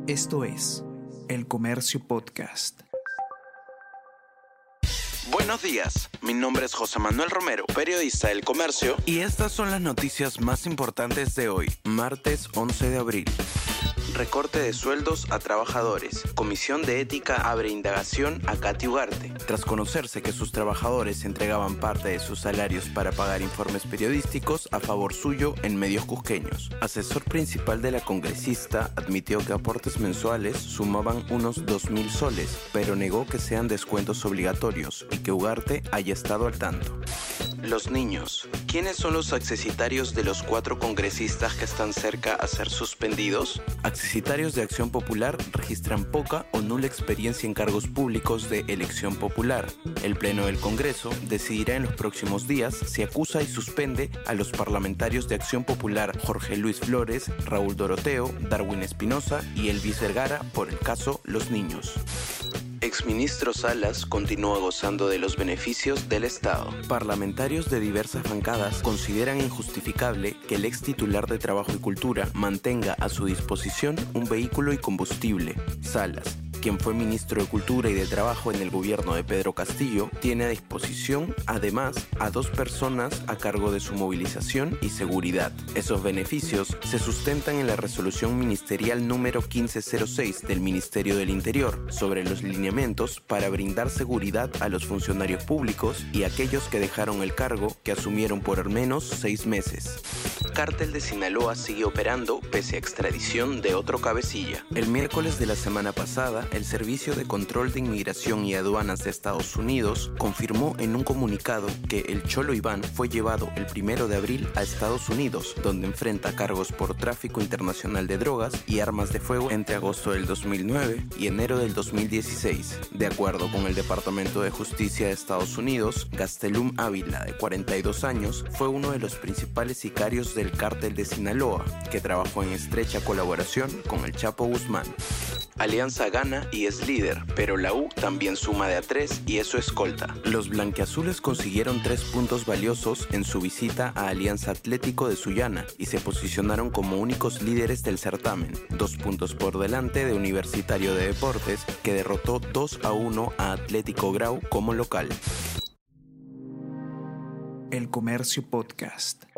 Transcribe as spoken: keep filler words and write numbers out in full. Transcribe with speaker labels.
Speaker 1: Esto es El Comercio Podcast.
Speaker 2: Buenos días, mi nombre es José Manuel Romero, periodista del Comercio, y estas son las noticias más importantes de hoy, martes once de abril. Recorte de sueldos a trabajadores. Comisión de Ética abre indagación a Katy Ugarte. Tras conocerse que sus trabajadores entregaban parte de sus salarios para pagar informes periodísticos a favor suyo en medios cusqueños, asesor principal de la congresista admitió que aportes mensuales sumaban unos dos mil soles, pero negó que sean descuentos obligatorios y que Ugarte haya estado al tanto. Los niños. ¿Quiénes son los accesitarios de los cuatro congresistas que están cerca a ser suspendidos? Accesitarios de Acción Popular registran poca o nula experiencia en cargos públicos de elección popular. El Pleno del Congreso decidirá en los próximos días si acusa y suspende a los parlamentarios de Acción Popular Jorge Luis Flores, Raúl Doroteo, Darwin Espinosa y Elvis Vergara por el caso Los Niños. Exministro Salas continúa gozando de los beneficios del Estado. Parlamentarios de diversas bancadas consideran injustificable que el ex titular de Trabajo y Cultura mantenga a su disposición un vehículo y combustible. Salas, quien fue ministro de Cultura y de Trabajo en el gobierno de Pedro Castillo, tiene a disposición, además, a dos personas a cargo de su movilización y seguridad. Esos beneficios se sustentan en la resolución ministerial número quince cero seis del Ministerio del Interior sobre los lineamientos para brindar seguridad a los funcionarios públicos y aquellos que dejaron el cargo que asumieron por al menos seis meses. Cártel de Sinaloa sigue operando pese a extradición de otro cabecilla. El miércoles de la semana pasada, el Servicio de Control de Inmigración y Aduanas de Estados Unidos confirmó en un comunicado que el Cholo Iván fue llevado el primero de abril a Estados Unidos, donde enfrenta cargos por tráfico internacional de drogas y armas de fuego entre agosto del dos mil nueve y enero del dos mil dieciséis. De acuerdo con el Departamento de Justicia de Estados Unidos, Gastelum Ávila, de cuarenta y dos años, fue uno de los principales sicarios del Cártel de Sinaloa, que trabajó en estrecha colaboración con el Chapo Guzmán. Alianza gana y es líder, pero la U también suma de a tres y eso escolta. Los blanquiazules consiguieron tres puntos valiosos en su visita a Alianza Atlético de Sullana y se posicionaron como únicos líderes del certamen, dos puntos por delante de Universitario de Deportes, que derrotó dos a uno a Atlético Grau como local.
Speaker 1: El Comercio Podcast.